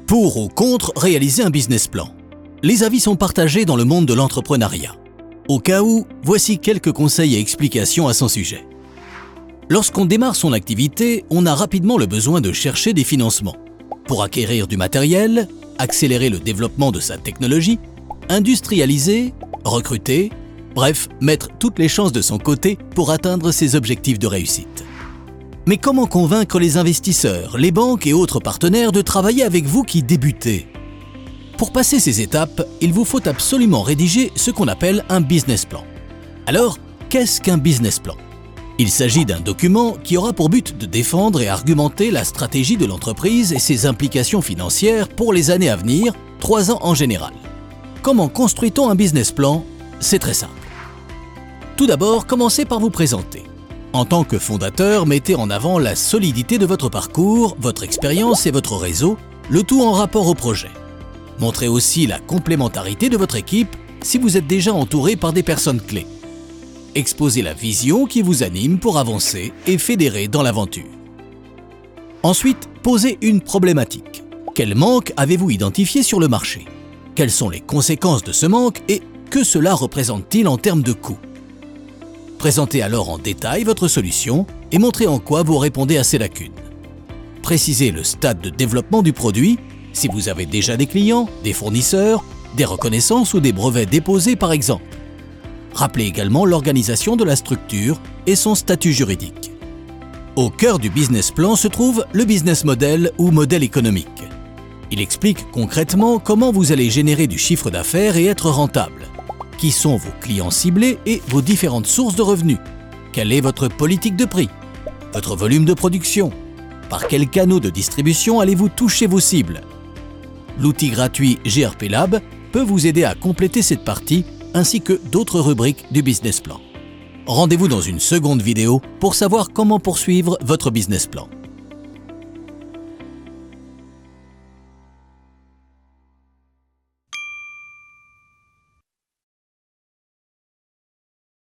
Pour ou contre réaliser un business plan? Les avis sont partagés dans le monde de l'entrepreneuriat. Au cas où, voici quelques conseils et explications à son sujet. Lorsqu'on démarre son activité, on a rapidement le besoin de chercher des financements pour acquérir du matériel, accélérer le développement de sa technologie, industrialiser, recruter, bref, mettre toutes les chances de son côté pour atteindre ses objectifs de réussite. Mais comment convaincre les investisseurs, les banques et autres partenaires de travailler avec vous qui débutez? Pour passer ces étapes, il vous faut absolument rédiger ce qu'on appelle un business plan. Alors, qu'est-ce qu'un business plan? Il s'agit d'un document qui aura pour but de défendre et argumenter la stratégie de l'entreprise et ses implications financières pour les années à venir, 3 ans en général. Comment construit-on un business plan? C'est très simple. Tout d'abord, commencez par vous présenter. En tant que fondateur, mettez en avant la solidité de votre parcours, votre expérience et votre réseau, le tout en rapport au projet. Montrez aussi la complémentarité de votre équipe si vous êtes déjà entouré par des personnes clés. Exposez la vision qui vous anime pour avancer et fédérer dans l'aventure. Ensuite, posez une problématique. Quel manque avez-vous identifié sur le marché? Quelles sont les conséquences de ce manque et que cela représente-t-il en termes de coûts? Présentez alors en détail votre solution et montrez en quoi vous répondez à ces lacunes. Précisez le stade de développement du produit, si vous avez déjà des clients, des fournisseurs, des reconnaissances ou des brevets déposés par exemple. Rappelez également l'organisation de la structure et son statut juridique. Au cœur du business plan se trouve le business model ou modèle économique. Il explique concrètement comment vous allez générer du chiffre d'affaires et être rentable. Qui sont vos clients ciblés et vos différentes sources de revenus? Quelle est votre politique de prix? Votre volume de production? Par quels canaux de distribution allez-vous toucher vos cibles? L'outil gratuit GRP Lab peut vous aider à compléter cette partie ainsi que d'autres rubriques du business plan. Rendez-vous dans une seconde vidéo pour savoir comment poursuivre votre business plan.